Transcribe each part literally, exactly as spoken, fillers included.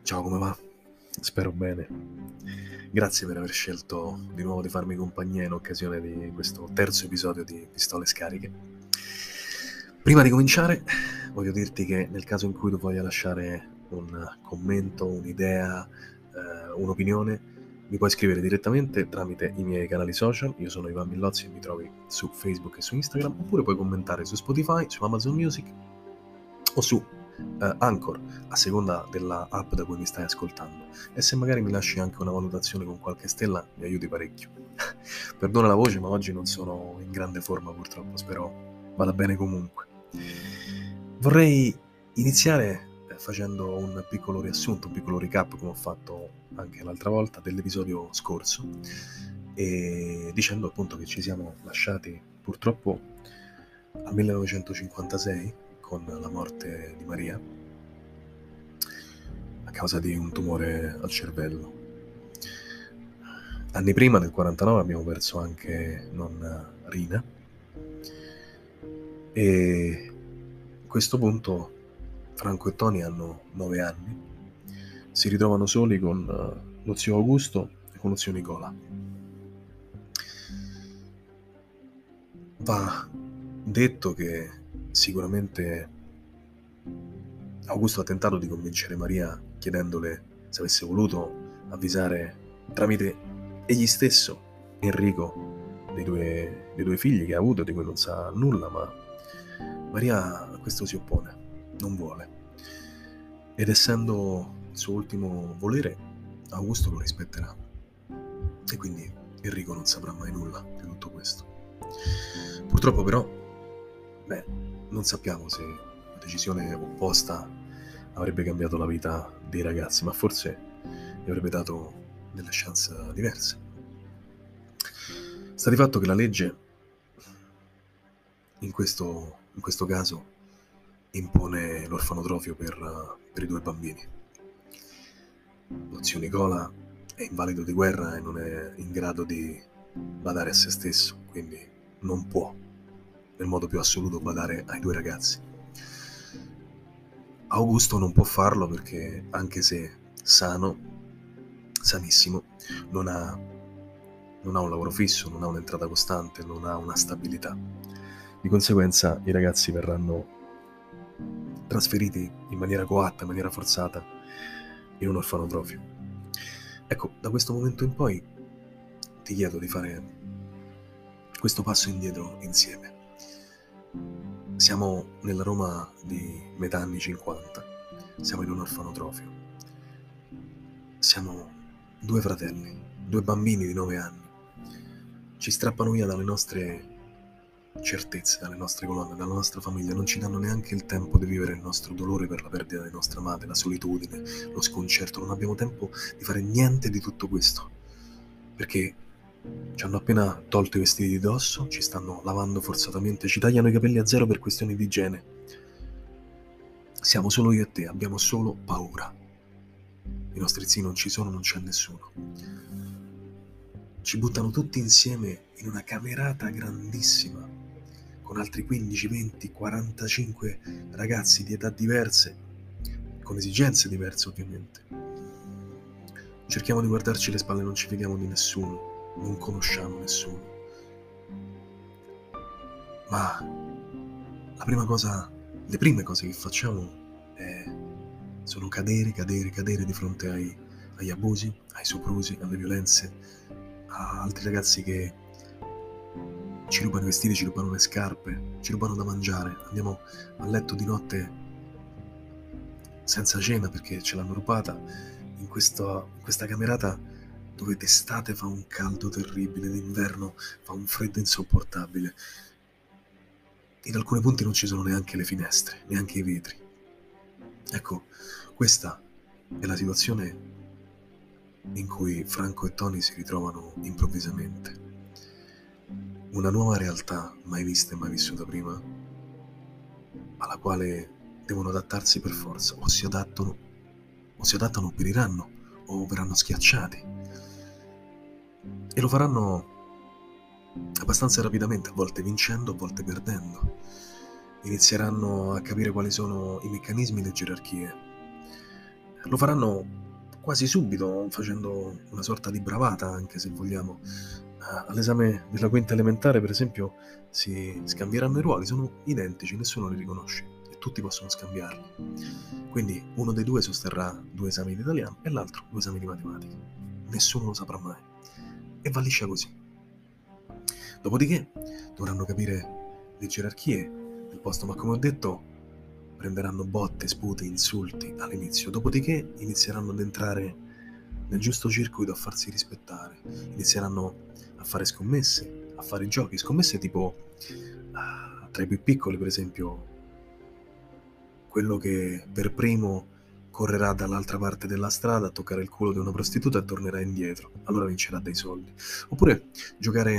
Ciao, come va? Spero bene. Grazie per aver scelto di nuovo di farmi compagnia in occasione di questo terzo episodio di Pistole Scariche. Prima di cominciare, voglio dirti che nel caso in cui tu voglia lasciare un commento, un'idea, eh, un'opinione, mi puoi scrivere direttamente tramite i miei canali social. Io sono Ivan Millozzi e mi trovi su Facebook e su Instagram, oppure puoi commentare su Spotify, su Amazon Music o su uh, Anchor, a seconda della app da cui mi stai ascoltando. E se magari mi lasci anche una valutazione con qualche stella, mi aiuti parecchio. Perdona la voce, ma oggi non sono in grande forma purtroppo, spero vada bene comunque. Vorrei iniziare facendo un piccolo riassunto, un piccolo recap, come ho fatto anche l'altra volta, dell'episodio scorso, e dicendo appunto che ci siamo lasciati purtroppo al millenovecentocinquantasei con la morte di Maria a causa di un tumore al cervello. Anni prima, nel quarantanove, abbiamo perso anche nonna Rina, e a questo punto Franco e Tony hanno nove anni, si ritrovano soli con lo zio Augusto e con lo zio Nicola. Va detto che sicuramente Augusto ha tentato di convincere Maria chiedendole se avesse voluto avvisare tramite egli stesso Enrico dei due, dei due figli che ha avuto, di cui non sa nulla, ma Maria a questo si oppone, non vuole. Ed essendo il suo ultimo volere, Augusto lo rispetterà. E quindi Enrico non saprà mai nulla di tutto questo. Purtroppo però, beh, non sappiamo se la decisione opposta avrebbe cambiato la vita dei ragazzi, ma forse gli avrebbe dato delle chance diverse. Sta di fatto che la legge, in questo, in questo caso, impone l'orfanotrofio per, per i due bambini. Lo zio Nicola è invalido di guerra e non è in grado di badare a se stesso, quindi non può, nel modo più assoluto, badare ai due ragazzi. Augusto non può farlo perché, anche se sano, sanissimo, non ha, non ha un lavoro fisso, non ha un'entrata costante, non ha una stabilità. Di conseguenza i ragazzi verranno trasferiti in maniera coatta, in maniera forzata, in un orfanotrofio. Ecco, da questo momento in poi ti chiedo di fare questo passo indietro insieme. Siamo nella Roma di metà anni cinquanta, siamo in un orfanotrofio. Siamo due fratelli, due bambini di nove anni. Ci strappano via dalle nostre certezze, dalle nostre colonne, dalla nostra famiglia. Non ci danno neanche il tempo di vivere il nostro dolore per la perdita di nostra madre, la solitudine, lo sconcerto. Non abbiamo tempo di fare niente di tutto questo, perché ci hanno appena tolto i vestiti di dosso, ci stanno lavando forzatamente, ci tagliano i capelli a zero per questioni di igiene. Siamo solo io e te, abbiamo solo paura. I nostri zii non ci sono, non c'è nessuno. Ci buttano tutti insieme in una camerata grandissima, con altri quindici, venti, quarantacinque ragazzi di età diverse, con esigenze diverse ovviamente. Cerchiamo di guardarci le spalle, non ci fidiamo di nessuno, non conosciamo nessuno. Ma la prima cosa, le prime cose che facciamo è, sono cadere, cadere, cadere di fronte ai, agli abusi, ai soprusi, alle violenze, a altri ragazzi che ci rubano i vestiti, ci rubano le scarpe, ci rubano da mangiare. Andiamo a letto di notte senza cena perché ce l'hanno rubata in, questo, in questa camerata dove d'estate fa un caldo terribile, d'inverno fa un freddo insopportabile. In alcuni punti non ci sono neanche le finestre, neanche i vetri. Ecco, questa è la situazione in cui Franco e Tony si ritrovano improvvisamente. Una nuova realtà mai vista e mai vissuta prima, alla quale devono adattarsi per forza. O si adattano, o si adattano o periranno, o verranno schiacciati. E lo faranno abbastanza rapidamente, a volte vincendo, a volte perdendo. Inizieranno a capire quali sono i meccanismi, le gerarchie. Lo faranno quasi subito, facendo una sorta di bravata, anche se vogliamo. Uh, all'esame della quinta elementare, per esempio, si scambieranno i ruoli, sono identici, nessuno li riconosce e tutti possono scambiarli. Quindi uno dei due sosterrà due esami di italiano e l'altro due esami di matematica. Nessuno lo saprà mai. E va liscia così. Dopodiché dovranno capire le gerarchie del posto, ma come ho detto prenderanno botte, spute, insulti all'inizio, dopodiché inizieranno ad entrare nel giusto circuito, a farsi rispettare, inizieranno a fare scommesse, a fare giochi, scommesse tipo uh, tra i più piccoli, per esempio quello che per primo correrà dall'altra parte della strada a toccare il culo di una prostituta e tornerà indietro, allora vincerà dei soldi. Oppure giocare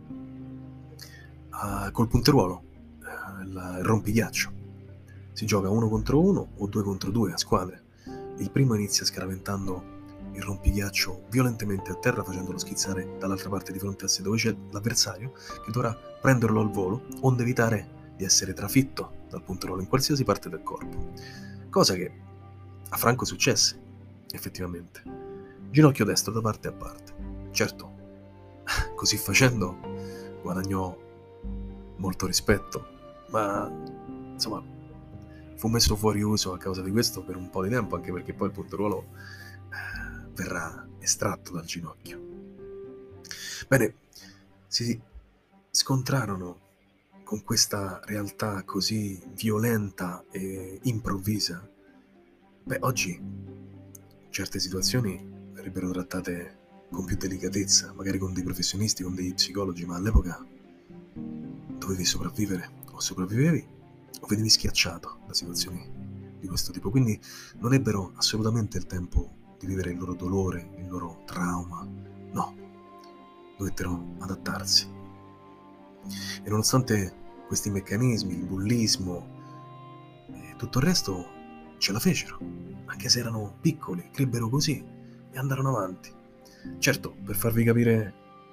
uh, col punteruolo, uh, il, il rompighiaccio. Si gioca uno contro uno o due contro due a squadre. Il primo inizia scaraventando il rompighiaccio violentemente a terra, facendolo schizzare dall'altra parte di fronte a sé, dove c'è l'avversario che dovrà prenderlo al volo, onde evitare di essere trafitto dal punteruolo in qualsiasi parte del corpo. Cosa che a Franco successe, effettivamente. Ginocchio destro da parte a parte. Certo, così facendo guadagnò molto rispetto, ma insomma fu messo fuori uso a causa di questo per un po' di tempo, anche perché poi il punteruolo eh, verrà estratto dal ginocchio. Bene, si scontrarono con questa realtà così violenta e improvvisa. Beh, oggi certe situazioni verrebbero trattate con più delicatezza, magari con dei professionisti, con dei psicologi, ma all'epoca dovevi sopravvivere o sopravvivevi o venivi schiacciato da situazioni di questo tipo. Quindi non ebbero assolutamente il tempo di vivere il loro dolore, il loro trauma. No, dovettero adattarsi. E nonostante questi meccanismi, il bullismo e tutto il resto, ce la fecero, anche se erano piccoli, crebbero così e andarono avanti. Certo, per farvi capire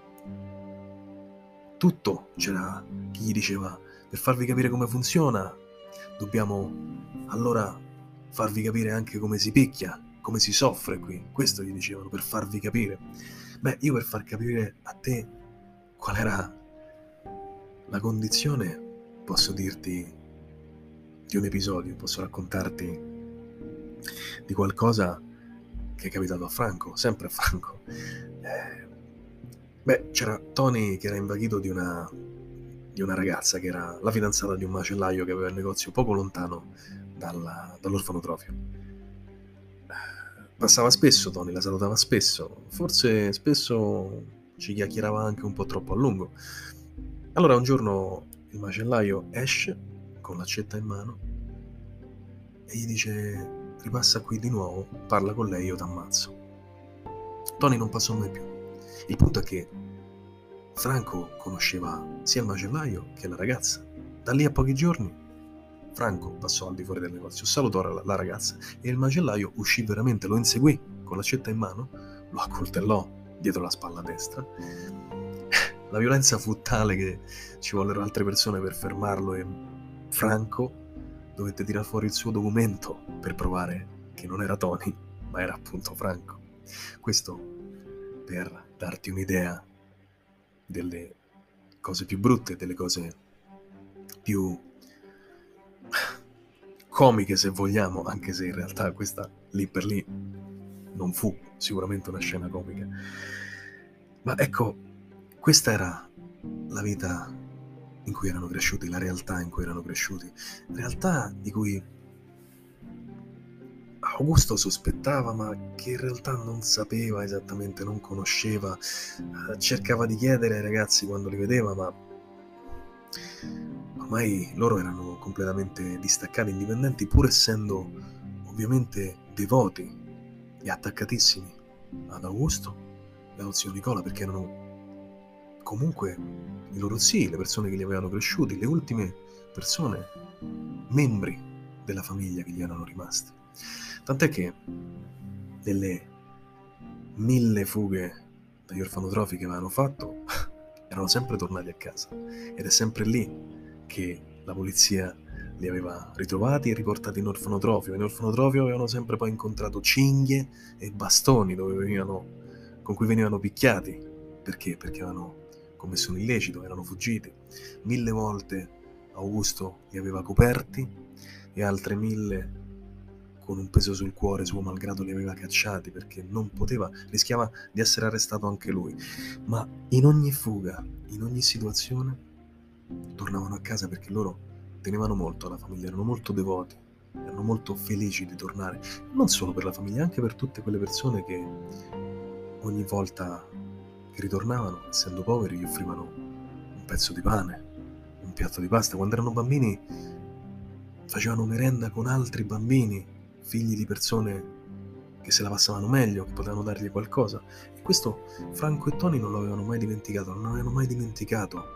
tutto, c'era chi gli diceva: per farvi capire come funziona, dobbiamo allora farvi capire anche come si picchia, come si soffre qui. Questo gli dicevano, per farvi capire. Beh, io per far capire a te qual era la condizione, posso dirti di un episodio, posso raccontarti di qualcosa che è capitato a Franco, sempre a Franco. Eh, beh, c'era Tony che era invaghito di una, di una ragazza che era la fidanzata di un macellaio che aveva il negozio poco lontano dalla, dall'orfanotrofio. Passava spesso Tony, la salutava spesso, forse spesso ci chiacchierava anche un po' troppo a lungo. Allora un giorno il macellaio esce con l'accetta in mano e gli dice: ripassa qui di nuovo, parla con lei, io t'ammazzo. Tony non passò mai più. Il punto è che Franco conosceva sia il macellaio che la ragazza. Da lì a pochi giorni Franco passò al di fuori del negozio, salutò la, la ragazza e il macellaio uscì veramente, lo inseguì con l'accetta in mano, lo accoltellò dietro la spalla destra. La violenza fu tale che ci vollero altre persone per fermarlo e Franco dovette tirare fuori il suo documento per provare che non era Tony, ma era appunto Franco. Questo per darti un'idea delle cose più brutte, delle cose più comiche, se vogliamo, anche se in realtà questa lì per lì non fu sicuramente una scena comica. Ma ecco, questa era la vita in cui erano cresciuti, la realtà in cui erano cresciuti, realtà di cui Augusto sospettava, ma che in realtà non sapeva esattamente, non conosceva, cercava di chiedere ai ragazzi quando li vedeva, ma ormai loro erano completamente distaccati, indipendenti, pur essendo ovviamente devoti e attaccatissimi ad Augusto e allo zio Nicola, perché erano comunque i loro zii, le persone che li avevano cresciuti, le ultime persone, membri della famiglia che gli erano rimasti. Tant'è che delle mille fughe dagli orfanotrofi che avevano fatto, erano sempre tornati a casa, ed è sempre lì che la polizia li aveva ritrovati e riportati in orfanotrofio. In orfanotrofio avevano sempre poi incontrato cinghie e bastoni dove venivano, con cui venivano picchiati. Perché? Perché avevano commesso un illecito, erano fuggiti. Mille volte Augusto li aveva coperti e altre mille, con un peso sul cuore, suo malgrado, li aveva cacciati perché non poteva, rischiava di essere arrestato anche lui. Ma in ogni fuga, in ogni situazione, tornavano a casa perché loro tenevano molto alla famiglia, erano molto devoti, erano molto felici di tornare, non solo per la famiglia, anche per tutte quelle persone che ogni volta che ritornavano, essendo poveri, gli offrivano un pezzo di pane, un piatto di pasta. Quando erano bambini facevano merenda con altri bambini, figli di persone che se la passavano meglio, che potevano dargli qualcosa. E questo Franco e Toni non lo avevano mai dimenticato, non avevano mai dimenticato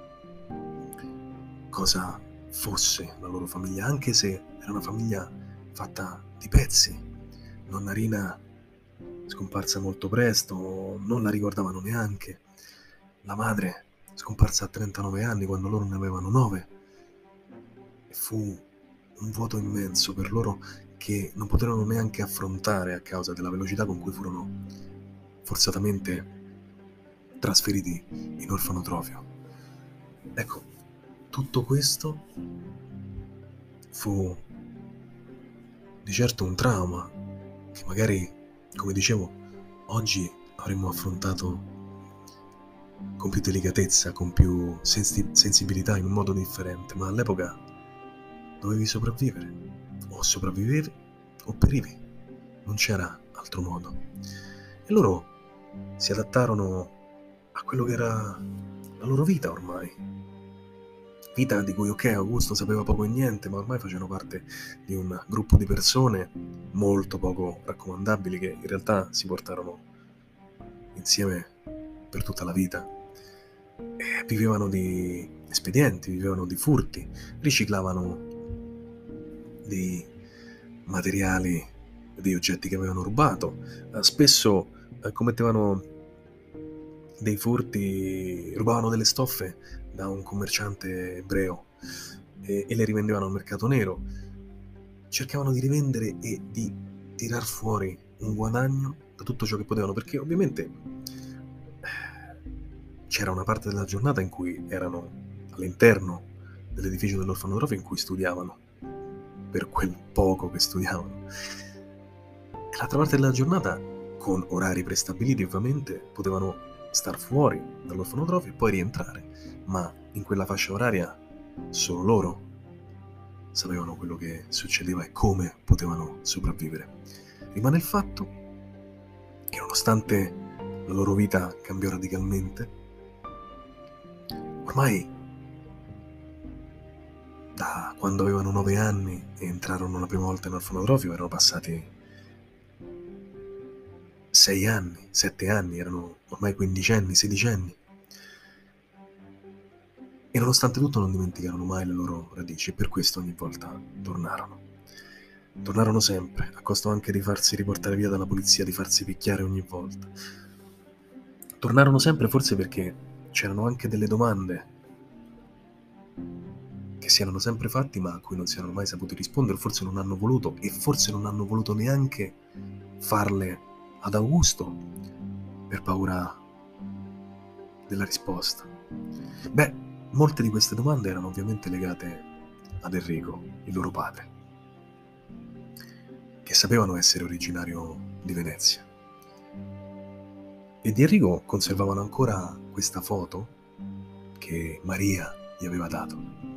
cosa fosse la loro famiglia, anche se era una famiglia fatta di pezzi. Nonna Rina, scomparsa molto presto, non la ricordavano neanche. La madre, scomparsa a trentanove anni quando loro ne avevano nove. E fu un vuoto immenso per loro che non poterono neanche affrontare a causa della velocità con cui furono forzatamente trasferiti in orfanotrofio. Ecco, tutto questo fu di certo un trauma che magari, come dicevo, oggi avremmo affrontato con più delicatezza, con più sensi- sensibilità, in un modo differente, ma all'epoca dovevi sopravvivere, o sopravvivevi o perivi, non c'era altro modo. E loro si adattarono a quello che era la loro vita ormai. Vita di cui, ok, Augusto sapeva poco e niente, ma ormai facevano parte di un gruppo di persone molto poco raccomandabili che in realtà si portarono insieme per tutta la vita. E vivevano di espedienti, vivevano di furti, riciclavano dei materiali, degli oggetti che avevano rubato, eh, spesso eh, commettevano dei furti, rubavano delle stoffe da un commerciante ebreo e, e le rivendevano al mercato nero. Cercavano di rivendere e di tirar fuori un guadagno da tutto ciò che potevano, perché ovviamente c'era una parte della giornata in cui erano all'interno dell'edificio dell'orfanotrofio in cui studiavano, per quel poco che studiavano, e l'altra parte della giornata, con orari prestabiliti ovviamente, potevano star fuori dall'orfanotrofio e poi rientrare, ma in quella fascia oraria solo loro sapevano quello che succedeva e come potevano sopravvivere. Rimane il fatto che nonostante la loro vita cambiò radicalmente, ormai da quando avevano nove anni e entrarono la prima volta in orfanotrofio erano passati sei anni, sette anni, erano ormai quindicenni, sedicenni. E nonostante tutto non dimenticarono mai le loro radici e per questo ogni volta tornarono. Tornarono sempre, a costo anche di farsi riportare via dalla polizia, di farsi picchiare ogni volta. Tornarono sempre forse perché c'erano anche delle domande che si erano sempre fatti ma a cui non si erano mai saputi rispondere, forse non hanno voluto e forse non hanno voluto neanche farle ad Augusto per paura della risposta. Beh, molte di queste domande erano ovviamente legate ad Enrico, il loro padre, che sapevano essere originario di Venezia. E di Enrico conservavano ancora questa foto che Maria gli aveva dato.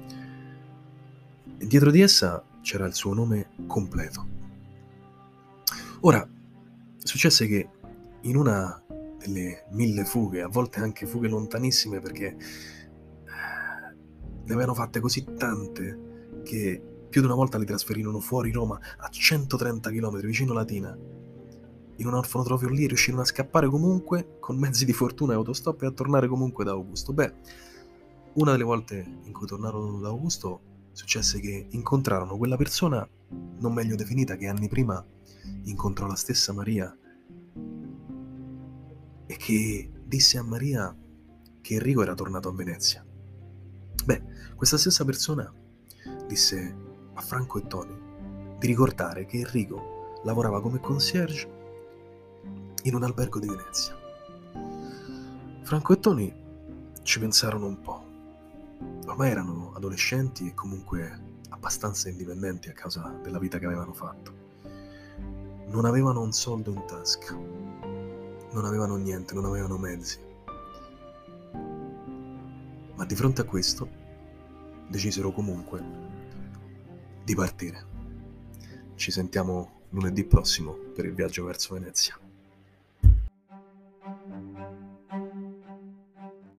E dietro di essa c'era il suo nome completo. Ora, successe che in una delle mille fughe, a volte anche fughe lontanissime perché ne avevano fatte così tante che più di una volta li trasferirono fuori Roma a centotrenta chilometri vicino Latina. In un orfanotrofio lì riuscirono a scappare comunque con mezzi di fortuna e autostop e a tornare comunque da Augusto. Beh, una delle volte in cui tornarono da Augusto successe che incontrarono quella persona non meglio definita che anni prima incontrò la stessa Maria e che disse a Maria che Enrico era tornato a Venezia. Beh, questa stessa persona disse a Franco e Tony di ricordare che Enrico lavorava come concierge in un albergo di Venezia. Franco e Tony ci pensarono un po'. Ormai erano adolescenti e comunque abbastanza indipendenti a causa della vita che avevano fatto. Non avevano un soldo in tasca, non avevano niente, non avevano mezzi. Ma di fronte a questo decisero comunque di partire. Ci sentiamo lunedì prossimo per il viaggio verso Venezia.